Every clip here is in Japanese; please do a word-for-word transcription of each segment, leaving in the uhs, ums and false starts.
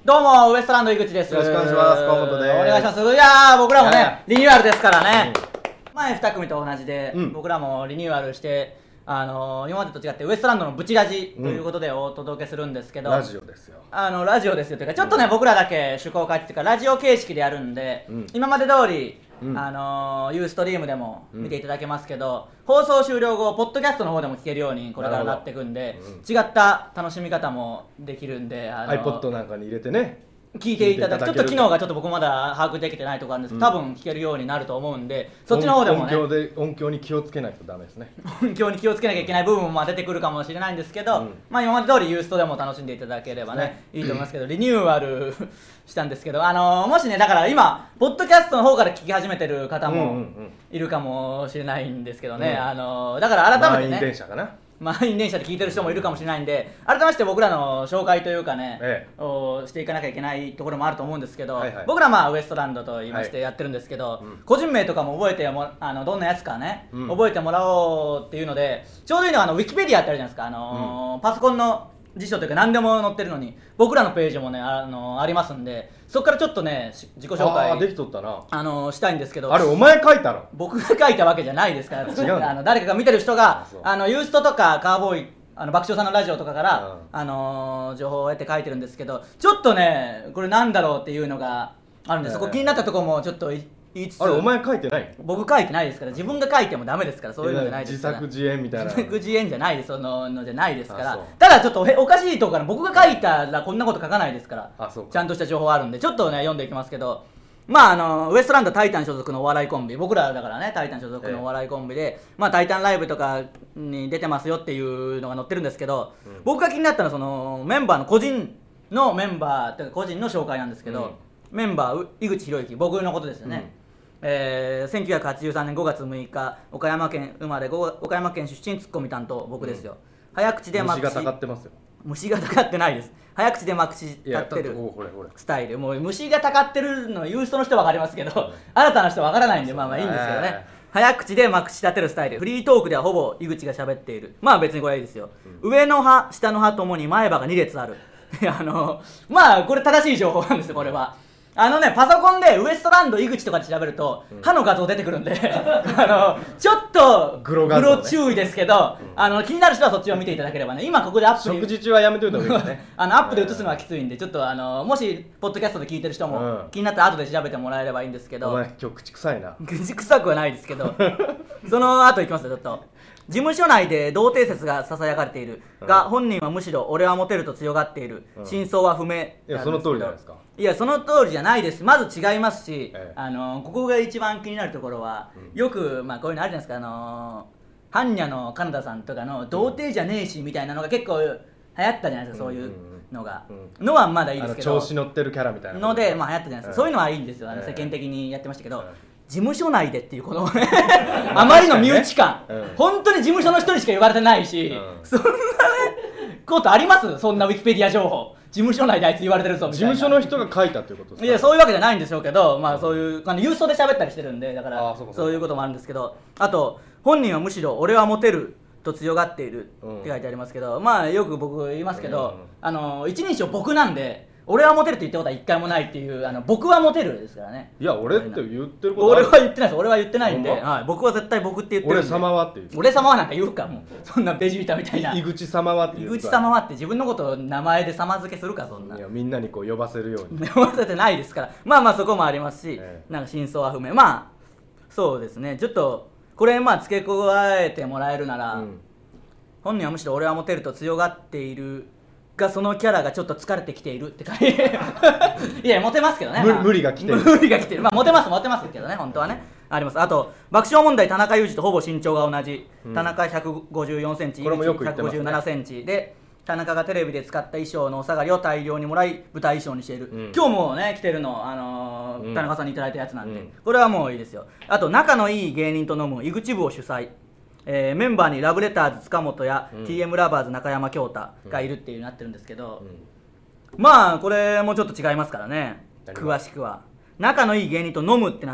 どうもウエストランド井口です。 よろしくお願いします。河本です。 お願いします。いやー僕らもねリニューアルですからね、うん、前に組と同じで、うん、僕らもリニューアルしてあのー、今までと違ってウエストランドのブチラジということでお届けするんですけど、 うん、ラジオですよ。 あのラジオですよというかちょっとね、うん、僕らだけ趣向を変えてというかラジオ形式でやるんで、うん、今まで通りうん、あのー、ユーストリームでも見ていただけますけど、うん、放送終了後ポッドキャストの方でも聞けるようにこれからなっていくんで、うん、違った楽しみ方もできるんで、あのー、 iPod なんかに入れてね聞いていただく。ちょっと機能がちょっと僕まだ把握できてないところあるんですけど、うん、多分聞けるようになると思うんで、そっちの方でもね、 音響で音響に気をつけないとダメですね。 音響に気をつけなきゃいけない部分もまあ出てくるかもしれないんですけど、うん、まあ今まで通りユーストでも楽しんでいただければね、ねいいと思いますけど、リニューアルしたんですけど、あのー、もしねだから今ポッドキャストの方から聞き始めてる方もいるかもしれないんですけどね、うん、あのー、だから改めてね、 満員電車かな、 満員電車で聞いてる人もいるかもしれないんで、改めまして僕らの紹介というかね、ええ、をしていかなきゃいけないところもあると思うんですけど、はいはい、僕らはまあウエストランドと言いましてやってるんですけど、はい、うん、個人名とかも覚えてもあのどんなやつかね、うん、覚えてもらおうっていうので、ちょうどいいのはあのウィキペディアってあるじゃないですか、あのーうん、パソコンの辞書というか何でも載ってるのに僕らのページもね あ, のー、ありますんで、そこからちょっとね自己紹介あできとったな、 あのー、したいんですけど、 あれお前書いたの？ 僕が書いたわけじゃないですから、違うあの誰かが見てる人があのユーストとかカーボーイあの爆笑さんのラジオとかから、うん、あのー、情報を得て書いてるんですけど、ちょっとねこれなんだろうっていうのがあるんで、えー、そこ気になったところもちょっと言いつつ、 あれお前書いてない？ 僕書いてないですから、自分が書いてもダメですから、そういうのじゃないですから、 自作自演みたいな自作自演じゃないです、そののじゃないですから、ただちょっとおかしいとこから僕が書いたらこんなこと書かないですから、あそうか、ちゃんとした情報あるんでちょっとね読んでいきますけど、まああのウエストランドタイタン所属のお笑いコンビ、僕らだからねタイタン所属のお笑いコンビで、ええ、まあタイタンライブとかに出てますよっていうのが載ってるんですけど、うん、僕が気になったのはそのメンバーの個人のメンバーというか個人の紹介なんですけど、うん、メンバー井口浩之、僕のことですよね、うん、えー、せんきゅうひゃくはちじゅうさんねんごがつむいか岡山県生まれ、岡山県出身ツッコミ担当僕ですよ、うん、早口でまくし、 虫がたかってますよ。 虫がたかってないです。早口でまくし立ってるスタイル、もう虫がたかってるのユーストの人は分かりますけど、うん、新たな人は分からないんでまあまあいいんですけどね、早口でまくし立てるスタイル、フリートークではほぼ井口が喋っている、まあ別にこれはいいですよ、うん、上の歯下の歯ともに前歯がに列あるあのまあこれ正しい情報なんですよ。これはあのねパソコンでウエストランド井口とかで調べると、うん、歯の画像出てくるんであのちょっとグロ画像、ね、グロ注意ですけど、うん、あの気になる人はそっちを見ていただければね、今ここでアップで食事中はやめといた方がいいですねあのアップで映すのはきついんで、ちょっとあのもしポッドキャストで聞いてる人も、うん、気になったら後で調べてもらえればいいんですけど、 お前今日口臭いな。 口臭くはないですけどその後いきますよ。ちょっと事務所内で童貞説がささやかれているが、うん、本人はむしろ俺はモテると強がっている、うん、真相は不明。いやその通りじゃないですか。 いやその通りじゃないです。まず違いますし、ええ、あのここが一番気になるところは、うん、よく、まあ、こういうのあるじゃないですか、あの般若の金田さんとかの童貞じゃねえしみたいなのが結構流行ったじゃないですか、そういうのが、うんうん、のはまだいいですけど、 調子乗ってるキャラみたいなので、まあ、流行ったじゃないですか、うん、そういうのはいいんですよ、あの世間的にやってましたけど、うん、事務所内でっていうこのあまりの身内感、ね、うん、本当に事務所の人にしか言われてないし、うん、そんなねことあります？そんなウィキペディア情報事務所内であいつ言われてるぞみたいな。 事務所の人が書いたっていうことですか？ いやそういうわけじゃないんでしょうけど、まあそういうあの郵送で喋ったりしてるんで、だからそういうこともあるんですけど、あと本人はむしろ俺はモテると強がっているって書いてありますけど、うん、まあよく僕言いますけど、うん、あの一人称僕なんで、俺はモテるって言ったことは一回もないっていう、あの僕はモテるですからね。 いや俺って言ってることある？ 俺は言ってないです。俺は言ってないんで、はい、僕は絶対僕って言ってるんで。 俺様はって言う。 俺様はなんか言うかもうそんなベジータみたいな。 井口様はって言う。 井口様はって自分のことを名前で様付けするか、そんな。 いやみんなにこう呼ばせるように。 呼ばせてないですから。まあまあそこもありますし、ええ、なんか真相は不明。まあそうですね。ちょっとこれまあ付け加えてもらえるなら、うん、本人はむしろ俺はモテると強がっている。がそのキャラがちょっと疲れてきているって感じいやモテますけどね、まあ、 無理が来てる無理が来てる、まあモテますモテますけどね、本当はねあります。あと爆笑問題田中裕二とほぼ身長が同じ、うん、田中ひゃくごじゅうよんセンチ、 これもよく言ってますね、ひゃくごじゅうななセンチで、田中がテレビで使った衣装のお下がりを大量にもらい舞台衣装にしている、うん、今日もね着てるの、あのーうん、田中さんにいただいたやつなんで、うん、これはもういいですよ。あと仲のいい芸人と飲む井口部を主催、えー、メンバーにラブレターズ塚本や、うん、ティーエム ラバーズ中山京太がいるっていうなってるんですけど、うん、まあこれもちょっと違いますからね。詳しくは仲のいい芸人と飲むってな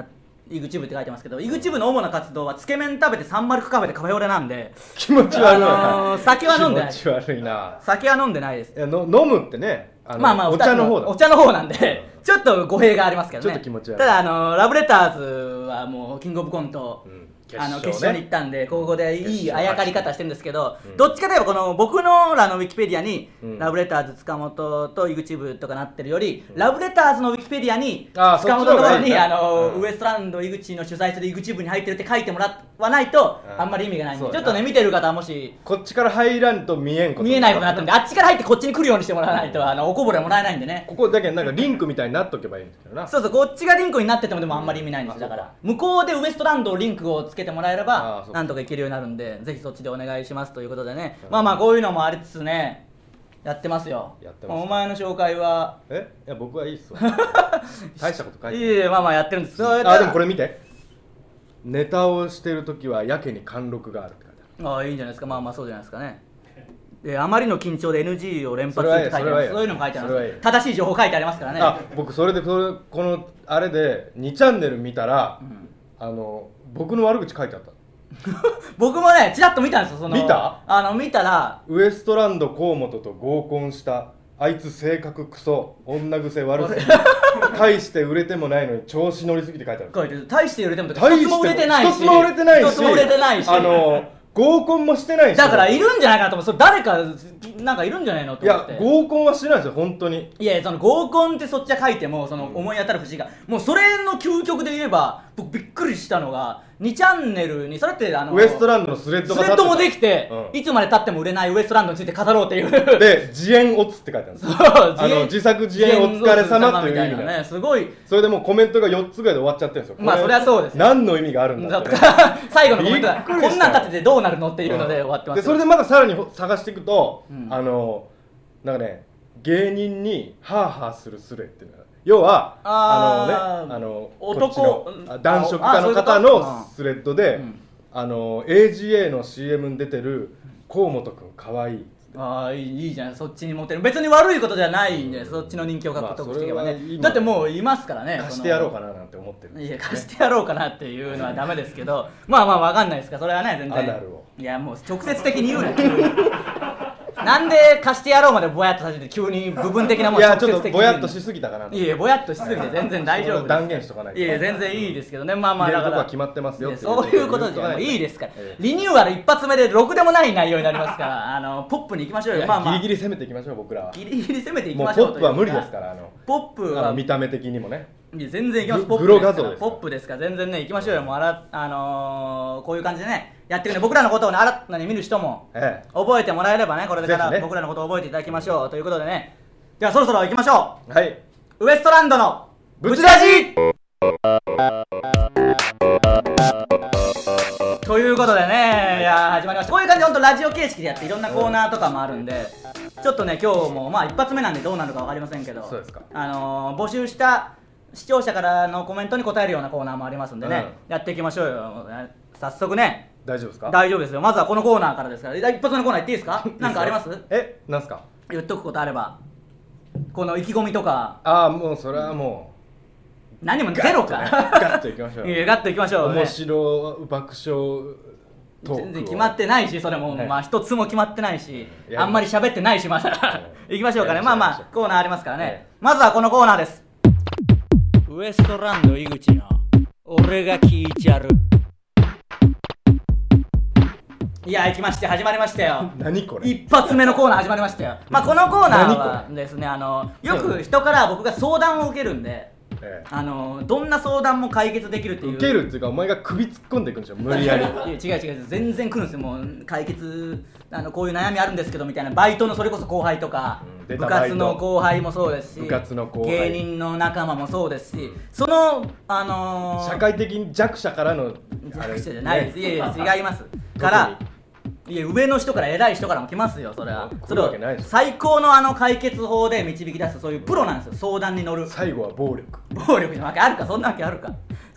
イグチブって書いてますけど、イグチブの主な活動はつけ麺食べてサンマルクカフェでカフェオレなんで気持ち悪い、 あのー、酒は飲んでない。 気持ち悪いな。 酒は飲んでないです。 いやの飲むってね、あのまあまあお茶の方だ。 お茶の方なんでちょっと語弊がありますけどね。 ちょっと気持ち悪い。 ただあのー、ラブレターズはもうキングオブコント、うんあの決勝に行ったんで、ここでいいあやかり方してるんですけど、どっちかといえばこの僕のらのウィキペディアに、うん、ラブレターズ塚本とイグチブとかなってるより、うん、ラブレターズのウィキペディアに塚本のところにあの、うん、ウエストランド井口の主催するイグチブに入ってるって書いてもらわないと、うん、あんまり意味がないんで、ちょっとね見てる方はもしこっちから入らんと見えんこと見えないことになったんで、あっちから入ってこっちに来るようにしてもらわないとあのおこぼれもらえないんでね。 ここだけなんかリンクみたいになっとけばいいんですけどな。 そうそう、こっちがリンクになっててもでもあんまり意味ないんですよ。だから向こうでウエストランドをリンクをつけてもらえればなんとかいけるようになるんで、ぜひそっちでお願いしますということでね、うん、まあまあこういうのもありつつねやってますよ。 やってます。 お前の紹介はえいや僕はいいっすわ大したこと書いてない。 いえまあまあやってるんです。 あでもこれ見て、ネタをしてるときはやけに貫禄があるって書いてある。 ああいいんじゃないですか。まあまあそうじゃないですかね。であまりの緊張で エヌジー を連発するって書いてあります。そういうのも書いてあります。正しい情報書いてありますからね。 あ僕それでこれこのあれでにチャンネル見たら、うん、あの僕の悪口書いてあった僕もねちらっと見たんですよ。その見たあの見たらウエストランド河本と合コンしたあいつ性格クソ女癖悪すぎ大して売れてもないのに調子乗りすぎて書いてある。 書いてる。大して売れても一つも売れてないし一つも売れてないし一つも売れてないしあの合コンもしてないし、 だからいるんじゃないかなと思う。それ誰かなんかいるんじゃないのと思って。 いや合コンはしてないですよ本当に。 いやその合コンってそっちは書いてもその思い当たる節が、うん、もうそれの究極で言えば僕びっくりしたのがにチャンネルにそれってあのウエストランドのスレッドがスレッドもできて、うん、いつまで経っても売れないウエストランドについて語ろうっていうで自演オツって書いてあるんですよあの自作自演お疲れ様っていう意味でね、 すごい。 それでもうコメントがよっつぐらいで終わっちゃってるんですよ。 まあそりゃそうですよ。 何の意味があるんだって、ね、 最後のコメントがこんなん立っててどうなるのっていうので終わってます、 うん、でそれでまたさらに探していくと、うん、あのなんかね芸人にハーハーするスレっていうのが要はあのねあの男男色家の方のスレッドで、うん、あの エージーエー の シーエム に出てる河本くんかわいい。 ああいい、いいじゃん。そっちにモテる。別に悪いことじゃないんで、うん、そっちの人気を獲得していけばね、まあ、だってもういますからね。 貸してやろうかななんて思ってるんです、ね、 いや貸してやろうかなっていうのはダメですけどまあまあわかんないですか。それはね全然アナルをいやもう直接的に言うな急になんで貸してやろうまでぼやっとさせて急に部分的なものいやちょっとぼやっとしすぎたかな。 いやぼやっとしすぎて全然大丈夫です。 断言しとかないと。 いや全然いいですけどね。まあまあだから入れるとこは決まってますよ。 そういうことじゃいいですから、ええ、リニューアル一発目でろくでもない内容になりますからあのポップに行きましょうよ。まあまあギリギリ攻めていきましょう僕らは。 ギリギリ攻めていきましょう。 もうポップは無理ですから。あのポップは見た目的にもね。 いや全然いきます。ポップですからポップですから全然ねいきましょうよ。もうあらあのー、こういう感じでねやってるんで僕らのことをね新たに見る人も覚えてもらえればねこれから僕らのことを覚えていただきましょうということでね。ではそろそろ行きましょう。 はい。 ウエストランドのブチラジということでねいや始まりました。こういう感じで本当ラジオ形式でやっていろんなコーナーとかもあるんでちょっとね今日もまあ一発目なんでどうなるか分かりませんけどそうですか。 あのー、募集した視聴者からのコメントに答えるようなコーナーもありますんでね、うん、やっていきましょうよ。早速ね。 大丈夫ですか。 大丈夫ですよ。まずはこのコーナーからですから一発目のコーナー言っていいですか。なんかあります。 えなんすか。 言っとくことあればこの意気込みとか。 ああもうそれはもう何もゼロか、 ね、ガッといきましょう。 いやガッといきましょう、ね、 面白爆笑全然決まってないしそれも、はい、まあ一つも決まってないしあんまり喋ってないしまだいきましょうかね。まあまあコーナーありますからね、はい、まずはこのコーナーです。ウエストランド井口の俺が聞いちゃる。いや行きまして始まりましたよ。 何これ一発目のコーナー始まりましたよ。まあこのコーナーはですねあのよく人から僕が相談を受けるんで、ええ、あのどんな相談も解決できるっていう。 受けるっていうかお前が首突っ込んでいくんでしょ無理やり。いや違う違う全然来るんですよ。もう解決あのこういう悩みあるんですけどみたいなバイトのそれこそ後輩とか、うん、部活の後輩もそうですし部活の後輩芸人の仲間もそうですしそのあのー、 社会的に弱者からの弱者じゃないです、ね、いやいや違いますからいや上の人から偉い人からも来ますよ。それはそれを最高のあの解決法で導き出すそういうプロなんですよ。相談に乗る最後は暴力暴力じゃなわけあるか。そんなわけあるか。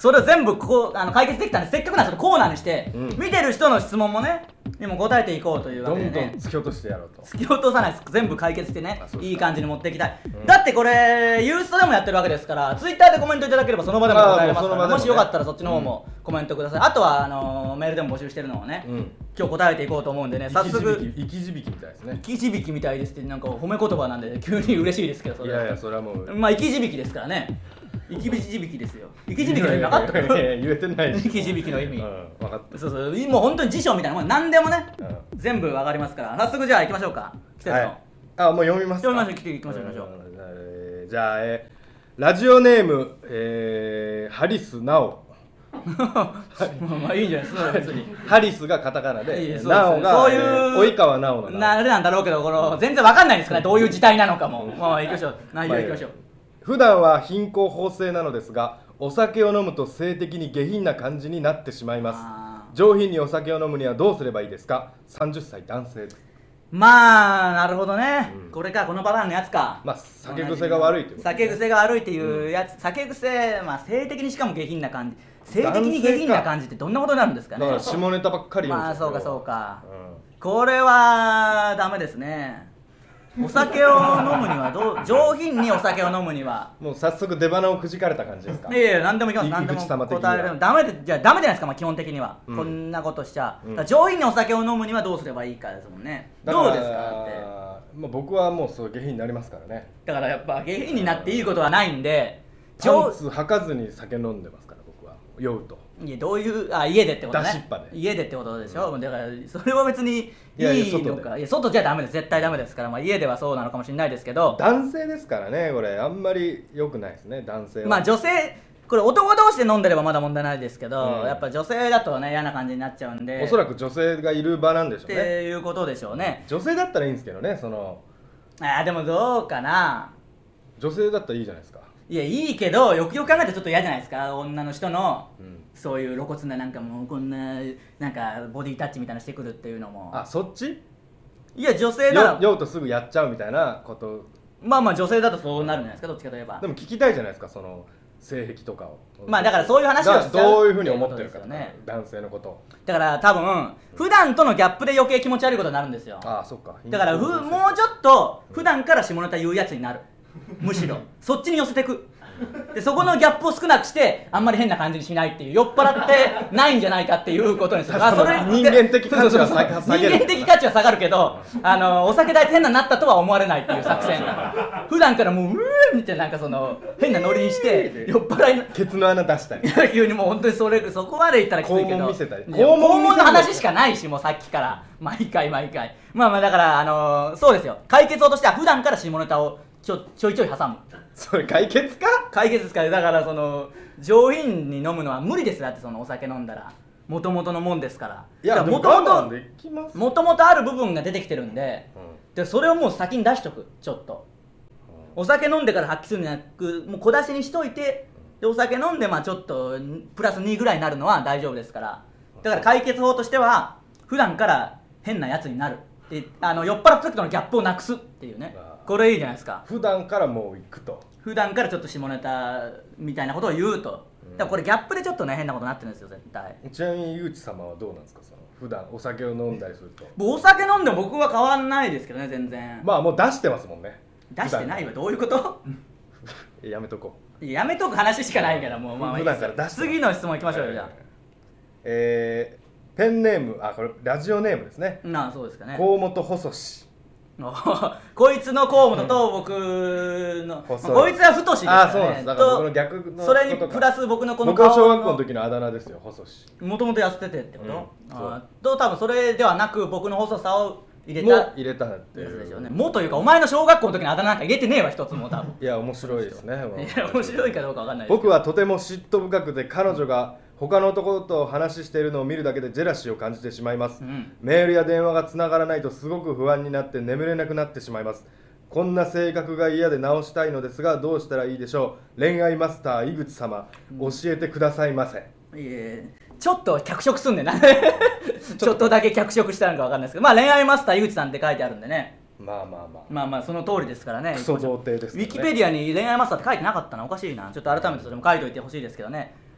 それを全部こうあの解決できたんで、せっかくならちょっとコーナーにして、うん、見てる人の質問もねにも答えていこうというわけでね、 どんどん突き落としてやろうと。 突き落とさないです、全部解決してね、いい感じに持っていきたい、うん、だってこれユーストでもやってるわけですから、ツイッターでコメントいただければその場でも答えれますから、ね、もしよかったらそっちの方もコメントください、うん、あとはあのー、メールでも募集してるのをね、うん、今日答えていこうと思うんでね、早速生き字引みたいですね。 生き字引みたいですってなんか褒め言葉なんで急に嬉しいですけど、それいやいやそれはもうまあ生き字引ですからね、生き字引ですよ。生き字引の意味なかったいやいや言えてない生き字引の意味、 うん、分かった。 そうそうもう本当に辞書みたいなもん、何でもね、うん、全部わかりますから、早速じゃあ行きましょうか。来てるの、はい、 あもう読みますか。 読みましょう、来て行きましょう、行きましょう、 えー、じゃあ、えー、ラジオネーム、えー、ハリスナオまあいいんじゃないですか別に。 ハリスがカタカナで、ナオがそういう及川ナオのなれなんだろうけど、この全然わかんないですから、ね、どういう字体なのかも。まあ行きましょう。内容行きましょう。 普段は貧困法制なのですが、お酒を飲むと性的に下品な感じになってしまいます。上品にお酒を飲むにはどうすればいいですか。さんじゅっさい男性です。 まあなるほどね、うん、これかこのパターンのやつか。 まあ酒癖が悪いという、ね、 酒癖が悪いっていうやつ、うん、酒癖、まあ性的にしかも下品な感じ、性的に下品な感じってどんなことになるんですかね。 だから下ネタばっかり言うんですよ。まあそうかそうか、 うん、 これはダメですね。お酒を飲むにはどう上品にお酒を飲むにはもう早速出花をくじかれた感じですか。 いやいや何でもいきます。何でも答えるダメでじゃあダメじゃないですか、まあ、基本的には、うん、こんなことしちゃ、うん、上品にお酒を飲むにはどうすればいいかですもんね。どうですかって、 まあ、僕はもうそう下品になりますからね。 だからやっぱ下品になっていいことはないんで、 パンツ履かずに酒飲んでますから僕は。酔うといやどういうあ家でってことね。 出しっぱで家でってことでしょ、うん、だからそれは別にいいのか。いや外じゃダメです、絶対ダメですから、まあ、家ではそうなのかもしれないですけど、 男性ですからねこれあんまり良くないですね男性は。 まあ女性これ男同士で飲んでればまだ問題ないですけど、うん、やっぱ女性だとね嫌な感じになっちゃうんで、 おそらく女性がいる場なんでしょうねっていうことでしょうね。 女性だったらいいんですけどね、そのあでもどうかな。 女性だったらいいじゃないですか。 いやいいけどよくよく考えたらちょっと嫌じゃないですか、女の人の、うん、そういう露骨ななんかもうこんななんかボディタッチみたいなしてくるっていうのも。 あそっち。 いや女性なら酔うとすぐやっちゃうみたいなこと。 まあまあ女性だとそうなるんじゃないですか、どっちかといえば。 でも聞きたいじゃないですかその性癖とかを。 まあだからそういう話をしちゃうどういうふうに思ってるかとか、ね、男性のこと。 だから多分普段とのギャップで余計気持ち悪いことになるんですよ。 ああそっか。 だからふもうちょっと普段から下ネタ言うやつになる、むしろそっちに寄せてく。でそこのギャップを少なくしてあんまり変な感じにしないっていう、酔っ払ってないんじゃないかっていうことにする。あそれ人間的価値は下がる。 人間的価値は下がるけど、あのお酒代変なになったとは思われないっていう作戦。普段からもううーんってなんかその変なノリにして酔っ払いのケツの穴出したり。 急にもう本当にそれそこまでいったらきついけど。 肛門見せたり。 肛門の話しかないしもうさっきから毎回毎回。まあまあだからあのー、そうですよ。解決法としては普段から下ネタをちょちょいちょい挟む。 それ解決か解決ですか。だからその上品に飲むのは無理です。だってそのお酒飲んだらもともとのもんですから。 いやもともともともとある部分が出てきてるんで、うん、でそれをもう先に出しとく。ちょっと、うん、お酒飲んでから発揮するんじゃなくもう小出しにしといて、でお酒飲んでまあちょっとプラスにぐらいになるのは大丈夫ですから。だから解決法としては普段から変なやつになるで、あの酔っ払った時とのギャップをなくすっていうね。これいいじゃないですか。 普段からもう行くと。 普段からちょっと下ネタみたいなことを言うと、うん、だからこれギャップでちょっとね変なことになってるんですよ絶対。 ちなみに井口様はどうなんですか、その普段お酒を飲んだりすると。 お酒飲んでも僕は変わんないですけどね全然。 まあもう出してますもんね。 出してないわ。どういうことやめとこう。やめとく話しかないからもう、まあまあいいです。 普段から出して。 次の質問いきましょうよ、じゃあ。 えー、ペンネーム、あこれラジオネームですね。 なあそうですかね。 河本細氏。 こいつの河本と僕の、うんまあ、こいつは太しですからね。あそうなんです。だから僕の逆のそれにプラス僕のこの顔の僕は小学校の時のあだ名ですよ、細し。 もともと痩せててってこと、うん、あと多分それではなく僕の細さを入れたも入れたっていうでしょうね。もというかお前の小学校の時のあだ名なんか入れてねえわ一つも多分。 いや面白いですね。 いや面白いかどうかわかんないです。 僕はとても嫉妬深くて彼女が他の男と話しているのを見るだけでジェラシーを感じてしまいます、うん、メールや電話がつながらないとすごく不安になって眠れなくなってしまいます。こんな性格が嫌で直したいのですがどうしたらいいでしょう。恋愛マスター井口様、うん、教えてくださいませ。 いえちょっと脚色すんねんなちょっとだけ脚色したのか分かんないですけど、まあ恋愛マスター井口さんって書いてあるんでね。 まあまあまあまあまあその通りですからね。 クソ童貞ですね。 ウィキペディアに恋愛マスターって書いてなかったな、おかしいな。ちょっと改めてそれも書いておいてほしいですけどね。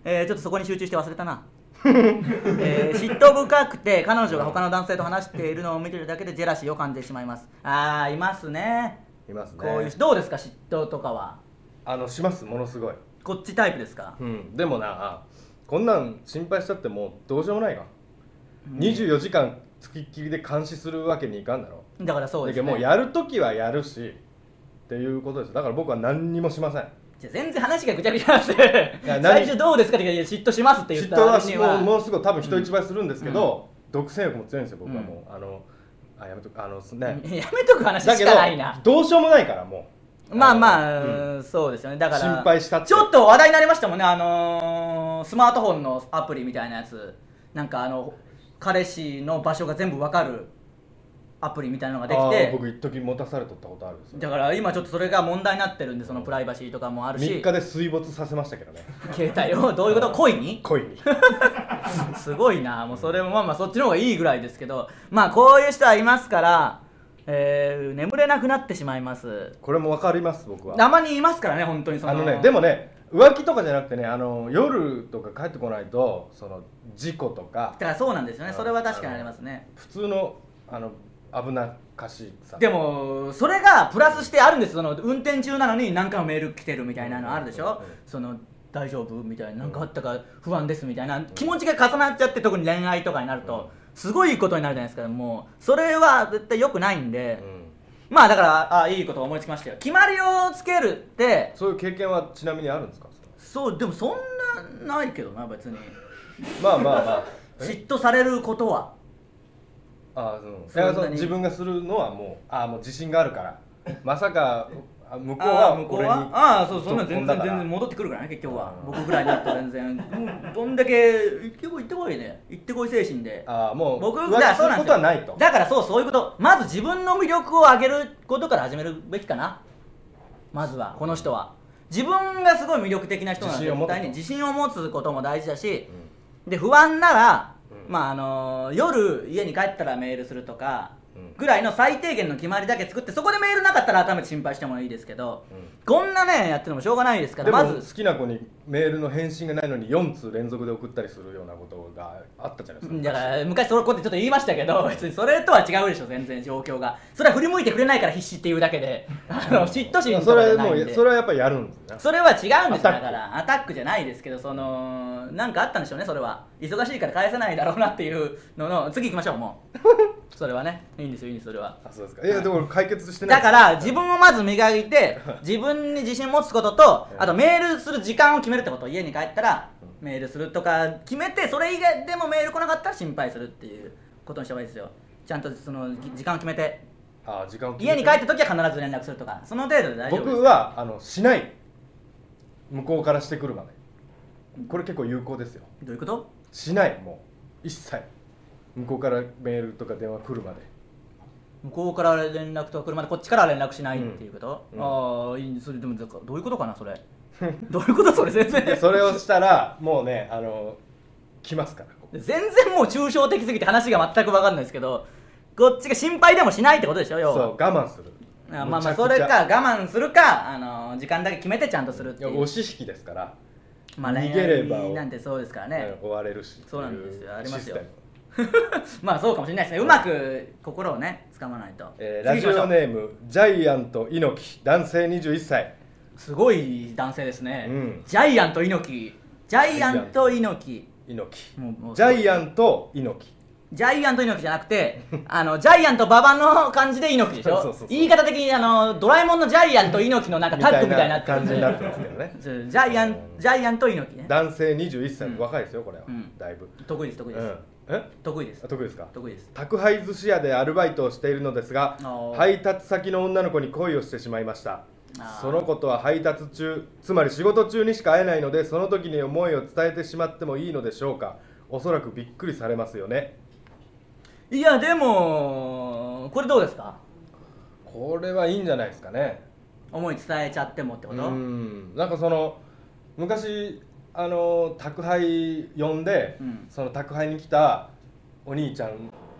えー、ちょっとそこに集中して忘れたなえー、嫉妬深くて彼女が他の男性と話しているのを見てるだけでジェラシーを感じてしまいます。あーいますねいますね。 こういうどうですか嫉妬とかは。 あのしますものすごい。 こっちタイプですか。 うんでもなこんなん心配しちゃってもうどうしようもないが、うん、にじゅうよじかんつきっきりで監視するわけにいかんだろ。 だからそうですね。 だけどもうやるときはやるしっていうことです。だから僕は何にもしません。 じゃ全然話がぐちゃぐちゃなんで最初どうですかって言って嫉妬しますって言ったら嫉妬はもうもうすぐ多分人一倍するんですけど、うん、独占欲も強いんですよ僕はもう、うん、あのあやめとくあのねやめとく話しかないな。 だけどどうしようもないからもうまあまあ、うん、そうですよね。だから心配したってちょっと話題になりましたもんね。あのー、スマートフォンのアプリみたいなやつなんかあの彼氏の場所が全部わかるアプリみたいなのができて、 僕一時持たされとったことあるんですよ。 だから今ちょっとそれが問題になってるんで、そのプライバシーとかもあるしみっかで水没させましたけどね携帯を。どういうこと？恋に？ 恋にすごいな。もうそれもまあまあそっちの方がいいぐらいですけど、まあこういう人はいますから、えー、眠れなくなってしまいます。 これも分かります僕は。 たまにいますからね本当に。そのあのねでもね浮気とかじゃなくてね、あの夜とか帰ってこないとその事故とか。 だからそうなんですよね。それは確かにありますね。 普通のあの危なっかしさ。 でもそれがプラスしてあるんです。その運転中なのに何回もメール来てるみたいなのあるでしょ、うんうんうん、その大丈夫みたいな、何かあったか不安ですみたいな、うん、気持ちが重なっちゃって、特に恋愛とかになるとすごいことになるじゃないですか。もうそれは絶対良くないんで、うん、まあだからあいいこと思いつきましたよ。決まりをつけるって。 そういう経験はちなみにあるんですか？ そうでもそんなないけどな別に。 まあまあまあ嫉妬されることはああ、うん、その自分がするのはもうああもう自信があるからまさか向こうは向こうはああそうそんな全然全然戻ってくるからね結局は。僕ぐらいになると全然どんだけ行ってこい行ってこいね行ってこい精神で。 ああもう僕浮気することはないと。 だからそうそういうこと。まず自分の魅力を上げることから始めるべきかな。まずはこの人は自分がすごい魅力的な人なので絶対に自信を持つことも大事だし、うん、で不安ならまああのー、夜家に帰ったらメールするとかぐらいの最低限の決まりだけ作って、そこでメールなかったら改めて心配してもいいですけど、うん、こんなねやってるのもしょうがないですから。 でもまず好きな子にメールの返信がないのによん通連続で送ったりするようなことがあったじゃないですか。 だから昔そのことちょっと言いましたけど、別にそれとは違うでしょ全然状況が。それは振り向いてくれないから必死っていうだけであの嫉妬心とかじゃないんで。 それはやっぱりやるんですね。 それは違うんですよ。だからアタックじゃないですけど、そのなんかあったんでしょうね。それは忙しいから返せないだろうなっていうのの次行きましょう。もうそれはねいいんですよいいんですそれは。 あそうですか。いやでも解決してない。 だから自分をまず磨いて自分に自信を持つことと、あとメールする時間を決めるってこと。家に帰ったらメールするとか決めて、それ以外でもメール来なかったら心配するっていうことにした方がいいですよ。ちゃんとその時間を決めて。 あ時間を決めて家に帰った時は必ず連絡するとか、その程度で大丈夫です。 僕はあのしない。向こうからしてくるまで。これ結構有効ですよ。 どういうこと？しない。もう一切向こうからメールとか電話来るまで。 向こうから連絡とか来るまでこっちから連絡しないっていうこと、うんうん、ああいい。それでもどういうことかなそれどういうことそれ先生それをしたらもうねあの来ますから。 全然もう抽象的すぎて話が全く分かんないですけど、こっちが心配でもしないってことでしょ要は。 そう我慢する。 あまあまあそれか我慢するか、あの時間だけ決めてちゃんとするっていう。 押し引きですから、 まあ、逃げればなんてそうですからね終われるし。 そうなんですよありますよまあそうかもしれないですね。うまく心をね掴まないと、 えー、ラジオネームジャイアント猪木男性にじゅういっさい。 すごい男性ですね、 うん、 ジャイアント猪木ジャイアント猪木猪木ジャイアント猪木ジャイアント猪木じゃなくてあのジャイアント馬場の感じで猪木でしょ。そうそうそうそう。言い方的にあのドラえもんのジャイアント猪木のなんかタッグみたいになってるんで感じになってますけどねジャイアンジャイアント猪木ね。 男性にじゅういっさい、うん、若いですよこれは、うん、だいぶ得意です得意です、うん、 え得意です得意ですか。 得意です。 宅配寿司屋でアルバイトをしているのですが、配達先の女の子に恋をしてしまいました。その子とは配達中、つまり仕事中にしか会えないので、その時に思いを伝えてしまってもいいのでしょうか。おそらくびっくりされますよね。 いやでもこれどうですか。 これはいいんじゃないですかね。 思い伝えちゃってもってこと。 うんなんかその昔あの宅配呼んで、うん、その宅配に来たお兄ちゃん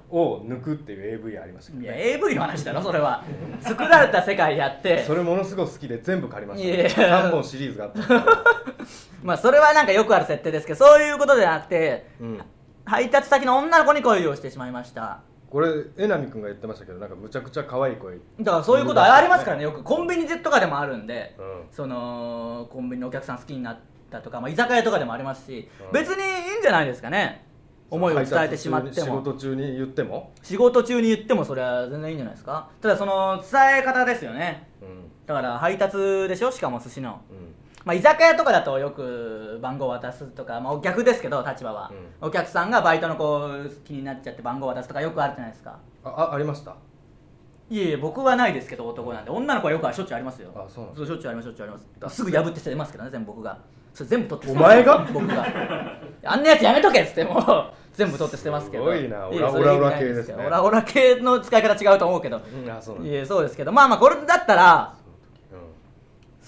を抜くっていう エーブイ ありましたけど、ね、 いや エーブイ の話だろそれは作られた世界やってそれものすごく好きで全部借りました、ね、 いやさんぼんシリーズがあったまあそれはなんかよくある設定ですけど、そういうことじゃなくて、うん、配達先の女の子に恋をしてしまいました。 これえなみくんが言ってましたけど、なんかむちゃくちゃ可愛い声だからそういうことありますからね。よくコンビニとかでもあるんで、うん、そのコンビニのお客さん好きになったとか、まあ、居酒屋とかでもありますし、うん、別にいいんじゃないですかね。思いを伝えてしまっても、 仕事中に言っても仕事中に言ってもそれは全然いいんじゃないですか。ただその伝え方ですよね、うん、だから配達でしょ、しかも寿司の、うんまあ、居酒屋とかだとよく番号渡すとか、まあ、逆ですけど立場は、うん、お客さんがバイトの子気になっちゃって番号渡すとかよくあるじゃないですか。 あ、あ、ありました。 いえいえ僕はないですけど、男なんで。女の子はよくしょっちゅうありますよ。 あ、そうなんです。しょっちゅうありますしょっちゅうあります。すぐ破って捨てますけどね、全部僕が。それ全部取って捨てます。お前が僕があんなやつやめとけっつってもう全部取って捨てますけど。 すごいな、オラオラオラ系ですね。 オラオラ系の使い方違うと思うけど、 うん、あ、そうなんいえそうですけど、まあまあこれだったら、うん、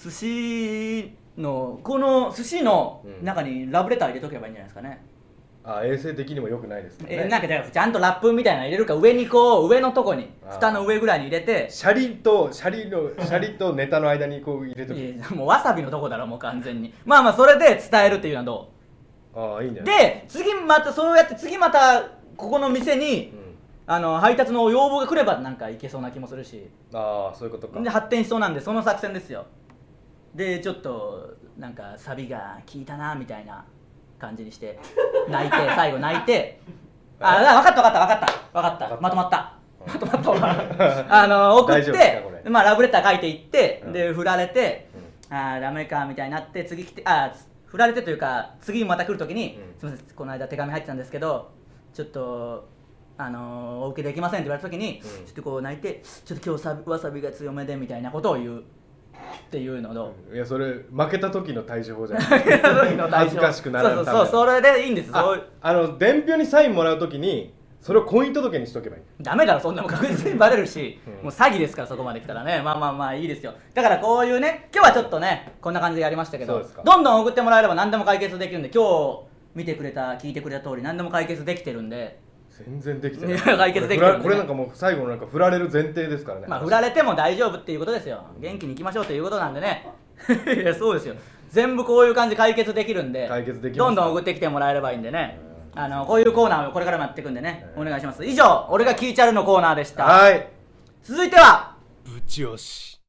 寿司のこの寿司の中にラブレター入れとけばいいんじゃないですかね。 あ、衛生的にも良くないですね。 えなんかちゃんとラップみたいなの入れるか、上にこう上のとこに蓋の上ぐらいに入れて、 シャリとシャリのシャリとネタの間にこう入れとく。 いやもうわさびのとこだろもう完全に。まあまあそれで伝えるっていうのはどう？ああ、いいんじゃないで次またそうやって次またここの店に、うん、あの配達の要望が来ればなんかいけそうな気もするし、 ああそういうことか。 で発展しそうなんでその作戦ですよ。でちょっとなんかサビが効いたなみたいな感じにして泣いて最後泣いてああ分かった分かった分かった分かったまとまったまとまったわあの送ってまあラブレター書いていって、うん、で振られて、うん、ああダメかみたいになって次来てあ振られてというか次また来る時に、うん、すみませんこの間手紙入ってたんですけどちょっとあのー、お受けできませんって言われた時に、うん、ちょっとこう泣いてちょっと今日さわさびが強めでみたいなことを言うっていうのの、 いやそれ負けた時の対処法じゃない負けた時の対処恥ずかしくならんためそうそうそうそれでいいんです。 ああの伝票にサインもらう時にそれを婚姻届にしとけばいい。 ダメだろそんなもん確実にバレるし、うん、もう詐欺ですからそこまで来たらね。まあまあまあいいですよ。だからこういうね今日はちょっとねこんな感じでやりましたけど、どんどん送ってもらえれば何でも解決できるんで、今日見てくれた聞いてくれた通り何でも解決できてるんで。 全然できてない解決できてるんで、ね、 これなんかもう最後のなんか振られる前提ですからね。 まあ振られても大丈夫っていうことですよ。元気にいきましょうということなんでねいやそうですよ。全部こういう感じで解決できるんで、 解決できどんどん送ってきてもらえればいいんでね、あのこういうコーナーをこれからもやっていくんでね、お願いします。以上俺が聞いちゃるのコーナーでした。 はい、 続いてはぶち押し。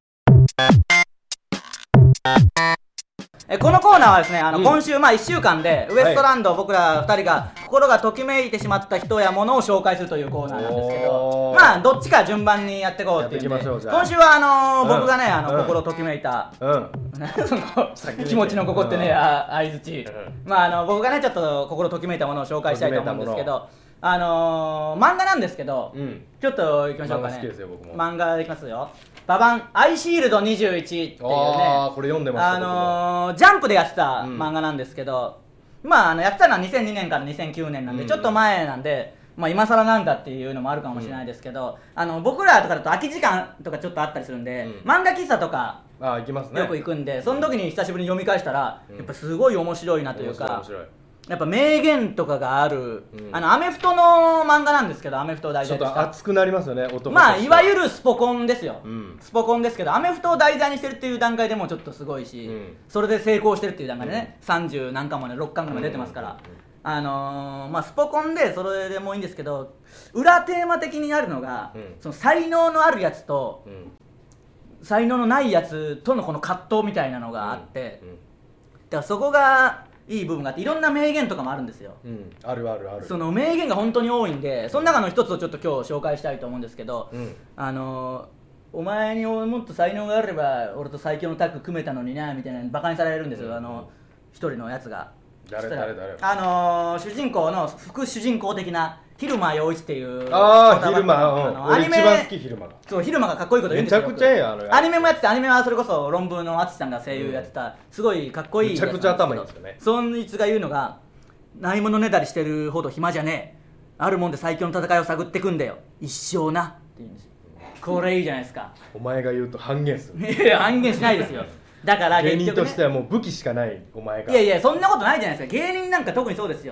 えこのコーナーはですねあの、うん、今週まあいっしゅうかんでウエストランド、はい、僕らふたりが心がときめいてしまった人や物を紹介するというコーナーなんですけど、まあどっちか順番にやっていこうっていうんで、今週はあのーうん、僕がねあの、うん、心ときめいた、うん、その気持ちのここってね、うん、相づち、うん、まああの僕がねちょっと心ときめいたものを紹介したいと思うんですけど、あのー、漫画なんですけど、うん、ちょっといきましょうかね。 漫画好きですよ僕も。 漫画いきますよ。ババンアイシールドにじゅういちっていうね、 あこれ読んでました。 あのー、ジャンプでやってた漫画なんですけど、うん、まああのやってたのはにせんにねんからにせんきゅうねんなんで、うん、ちょっと前なんで、まあ今更なんだっていうのもあるかもしれないですけど、うん、あの僕らとかだと空き時間とかちょっとあったりするんで、うん、漫画喫茶とかあ行きますね、 よく行くんで、その時に久しぶりに読み返したら、うん、やっぱすごい面白いなというか、面白い面白いやっぱ名言とかがある、うん、あのアメフトの漫画なんですけど、アメフトを題材にしたちょっと熱くなりますよね男として。 まあいわゆるスポコンですよ、うん、スポコンですけどアメフトを題材にしてるっていう段階でもちょっとすごいし、うん、それで成功してるっていう段階でね、うん、さんじゅう何巻もねろっかんぐらい出てますから、あのー、まあスポコンでそれでもいいんですけど、裏テーマ的にあるのが、うん、その才能のあるやつと、うん、才能のないやつとのこの葛藤みたいなのがあって、うんうん、だからそこがいい部分があって、いろんな名言とかもあるんですよ、 うん、あるあるある。その名言が本当に多いんで、その中の一つをちょっと今日紹介したいと思うんですけど、うん、あのお前にもっと才能があれば俺と最強のタッグ組めたのになみたいなバカにされるんですよ、うん、あの一人のやつが。 誰誰誰あのー、主人公の副主人公的な蛭間陽一っていう、 ああ蛭間、うん、俺一番好き蛭間が。 そう蛭間がかっこいいこと言うんですよ。 めちゃくちゃええやんあのアニメもやってて、アニメはそれこそ論文の淳さんが声優やってた、うん、すごいかっこいいめちゃくちゃ頭いいんですよね。 そいつが言うのが、ないものねだりしてるほど暇じゃねえ、あるもんで最強の戦いを探ってくんだよ一生なって言うんですよ。これいいじゃないですか。 お前が言うと半減する。 いや半減しないですよ。だから芸人としてはもう武器しかないお前が。 いやいやそんなことないじゃないですか。芸人なんか特にそうですよ。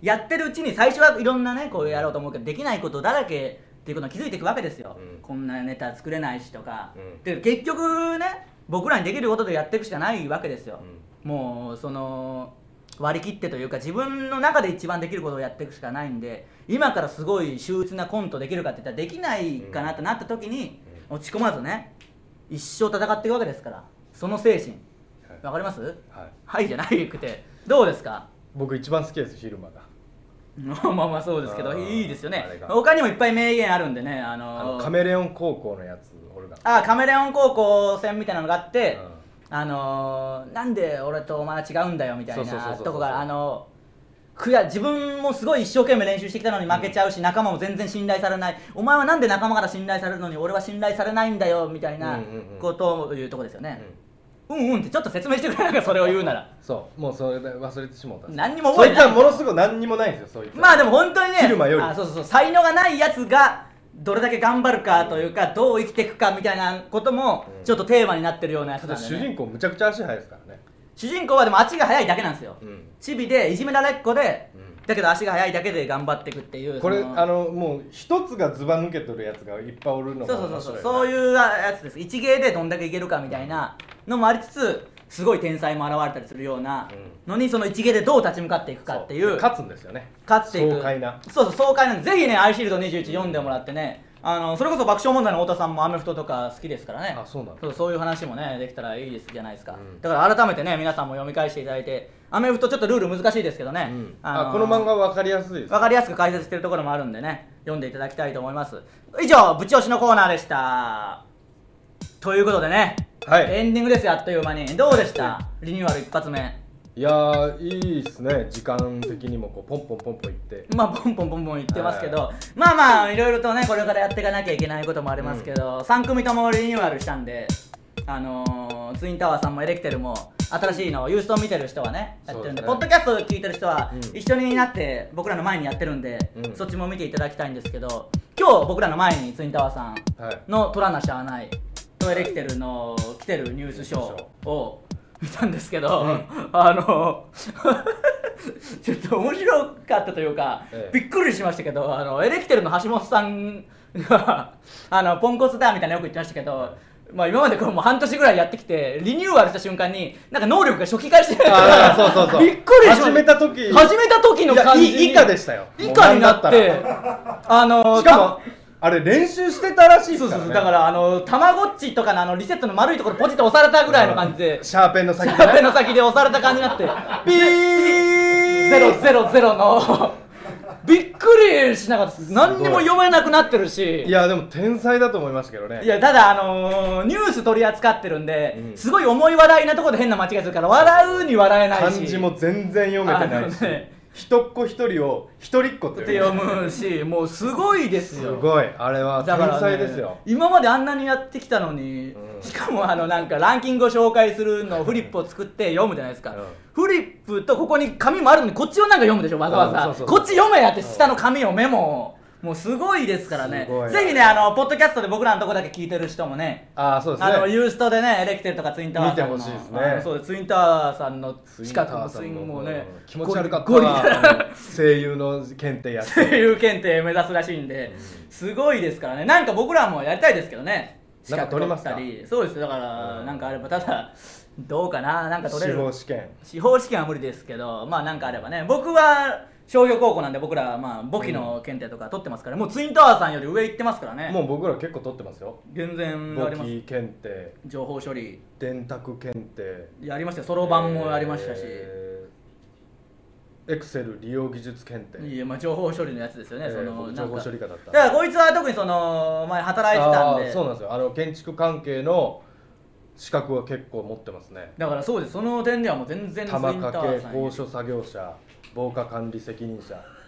やってるうちに最初はいろんなねこうやろうと思うけどできないことだらけっていうことに気づいていくわけですよ、うん、こんなネタ作れないしとか、うん、で結局ね僕らにできることでやっていくしかないわけですよ、うん、もうその割り切ってというか自分の中で一番できることをやっていくしかないんで今からすごい秀逸なコントできるかって言ったらできないかなってなった時に落ち込まずね一生戦っていくわけですからその精神わかります？はい、はい、じゃないくてどうですか？ 僕一番好きです昼間がまあまあそうですけどいいですよね。他にもいっぱい名言あるんでねあのー、 あのカメレオン高校のやつ俺があカメレオン高校戦みたいなのがあって、うん、あのー、なんで俺とお前は違うんだよみたいなとこがあのー、や自分もすごい一生懸命練習してきたのに負けちゃうし、うん、仲間も全然信頼されないお前はなんで仲間から信頼されるのに俺は信頼されないんだよみたいなことを言うとこですよね、うんうんうんうんってちょっと説明してくれなんかそれを言うならそうもうそれで忘れてしまった何にも覚えてないそいつはものすごい何にもないんですよそいつまあでも本当にね昼間よりあそうそうそう才能がないやつがどれだけ頑張るかというか、うん、どう生きていくかみたいなこともちょっとテーマになってるようなやつなんで、ね、 主人公むちゃくちゃ足速いですからね主人公はでも足が速いだけなんですよ、うん、チビでいじめられっ子で、うん、だけど足が速いだけで頑張っていくっていうこれあのもう一つがズバ抜けとるやつがいっぱいおるのがそうそうそうそうそういうやつです一芸でどんだけいけるかみたいなのもありつつすごい天才も現れたりするようなのに、うん、その一芸でどう立ち向かっていくかっていう勝つんですよね勝っていく爽快なそうそう爽快なんでぜひねアイシールドにじゅういち読んでもらってねあのそれこそ爆笑問題の太田さんもアメフトとか好きですからねあそうなんだそう、そういう話もねできたらいいですじゃないですか、うん、だから改めてね皆さんも読み返していただいてアメフトちょっとルール難しいですけどね、うん、 あのー、あこの漫画は分かりやすいです分かりやすく解説してるところもあるんでね読んでいただきたいと思います以上ぶち押しのコーナーでしたということでね、はい、エンディングですよあっという間にどうでしたリニューアル一発目いやーいいですね時間的にもこうポンポンポンポンいってまあポンポンポンポンいってますけど、はい、まあまあいろいろとねこれからやっていかなきゃいけないこともありますけど、うん、さん組ともリニューアルしたんであのー、ツインタワーさんもエレキテルも新しいのをユーストン見てる人はねやってるんで、ね、ポッドキャスト聞いてる人は一緒になって僕らの前にやってるんで、うん、そっちも見ていただきたいんですけど今日僕らの前にツインタワーさんのトラナシャーナイとエレキテルの来てるニュースショーを見たんですけど、うん、あのちょっと面白かったというか、ええ、びっくりしましたけどあのエレキテルの橋本さんがあのポンコツだみたいなよく言ってましたけどまあ、今までこれもう半年ぐらいやってきてリニューアルした瞬間になんか能力が初期化してるからそうそうそうびっくりしました始めた時始めた時の感じに以下でしたよ以下になってあのしかもあれ練習してたらしいですからねそうそうそうだからあのたまごっちとかのあのリセットの丸いところポチッと押されたぐらいの感じで、 うん、シャーペンの先で、ね、 シャーペンの先で押された感じになってピーゼロゼロゼロのびっくりしなかったです何にも読めなくなってるしいやでも天才だと思いましたけどねいやただあのー、ニュース取り扱ってるんで、うん、すごい重い話題なところで変な間違いするから笑うに笑えないし漢字も全然読めてないし、ね、一っ子一人を一人っ子って読むしもうすごいですよすごいあれは天才ですよ、 ね、今まであんなにやってきたのに、うん、しかもあのなんかランキングを紹介するのをフリップを作って読むじゃないですか、うん、フリップとここに紙もあるのにこっちをなんか読むでしょわざわざ、うん、そうそうそうこっち読めやって下の紙をメモをもうすごいですからねぜひねあのポッドキャストで僕らのとこだけ聞いてる人もねあそうですねあのユーストでねエレキテルとかツインタワーさんの見てほしいですねそうですツインタワーさんの近くのスイングもね気持ち悪かったな声優の検定やって声優検定目指すらしいんで、うん、すごいですからねなんか僕らもやりたいですけどね資格取ったりそうですだから、うん、なんかあればただどうかななんか取れる司法試験司法試験は無理ですけどまあなんかあればね僕は商業高校なんで僕らはまあ簿記の検定とか取ってますから、うん、もうツインタワーさんより上行ってますからねもう僕ら結構取ってますよ全然あります簿記検定情報処理電卓検定やりましたよそろばんもありましたし、 えー、エクセル利用技術検定いやまあ情報処理のやつですよね、えー、その情報処理科だっただからこいつは特にその前働いてたんでそうなんですよあの建築関係の資格は結構持ってますねだからそうですその点ではもう全然玉掛け高所作業者防火管理責任者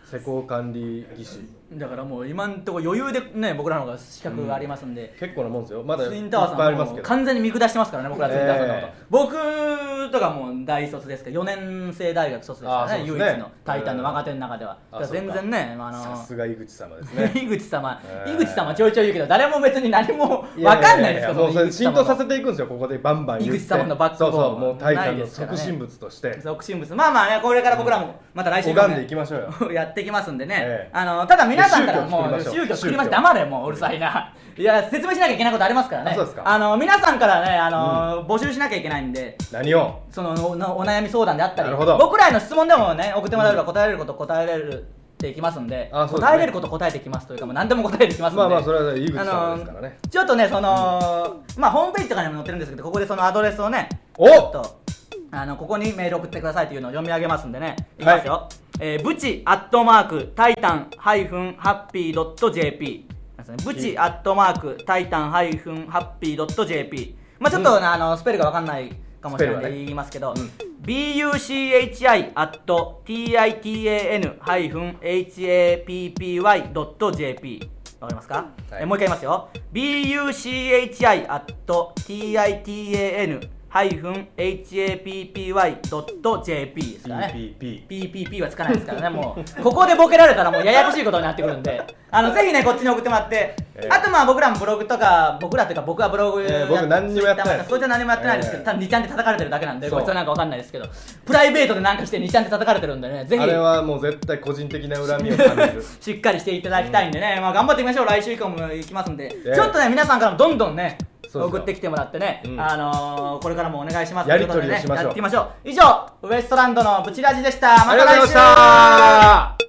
施工管理技師だからもう今んとこ余裕でね僕らの方が資格がありますんで、 うん、結構なもんですよ。まだツインタワーさんも完全に見下してますからね僕らツインタワーさんのこと、えー、僕とかもう大卒ですけどよねん生大学卒ですからね、唯一のタイタンの若手の中では、えー、全然ねあのさすが井口様ですね井口様、えー、井口様ちょいちょい言うけど誰も別に何も分かんないですから、 もうそれ浸透させていくんですよここでバンバン言って。 井口様のバックボーン、 そうそうもうタイタンの促進物として、 促進物まあまあねこれから僕らもまた来週拝んでいきましょうよやっていきますんでね、 えー、 あのただ皆さんからもう宗教作りました。黙れもううるさいな。いや説明しなきゃいけないことありますからね。 あ、そうですか。 あの皆さんからねあの、うん、募集しなきゃいけないんで。 何を？ その お, お悩み相談であったり、 僕らへの質問でもね送ってもらえれば答えれること答えれるっていきますんで、 あ、そうですね、 答えれること答えていきますというかもう何でも答えていきますんで。 まあまあそれは井口さんですからね。 ちょっとねその、うん、まあホームページとかにも載ってるんですけどここでそのアドレスをねおちょっとあのここにメール送ってくださいというのを読み上げますんでねいきますよ。はい、えー、ブチアットマークタイタンハイフンハッピードットジェーピー、ブチアットマークタイタンハイフンハッピードットジェーピー、まあちょっと、うん、あのスペルがわかんないかもしれないんで言いますけど、ね、うん、ビーユーシーエイチアイアットティーアイティーエーエヌハイフンエイチエーピーピーワイドットジェーピー、わかりますか？はい、えもう一回言いますよ。 ビーユーシーエイチアイアットティーアイティーエーエヌハイフンエイチエーピーピーワイドットジェーピー ですからね。 ピーピーピー ピーピーピー はつかないですからね。もうここでボケられたらもうややこしいことになってくるんであのぜひねこっちに送ってもらって、えー、あとまあ僕らもブログとか僕らっていうか僕はブログやって、えー、僕何にもやってないです。こいつは何もやってないですけど、えー、多分にちゃんで叩かれてるだけなんでこいつはなんかわかんないですけどプライベートでなんかしてにちゃんで叩かれてるんでね、ぜひあれはもう絶対個人的な恨みを感じるしっかりしていただきたいんでね、うん、まあ頑張っていきましょう。来週以降も行きますんで、えー、ちょっとね皆さんからもどんどんね送ってきてもらってね、うん、あのー、これからもお願いしますということでねやっていきましょう。以上ウエストランドのブチラジでした。また来週。ありがとうございました。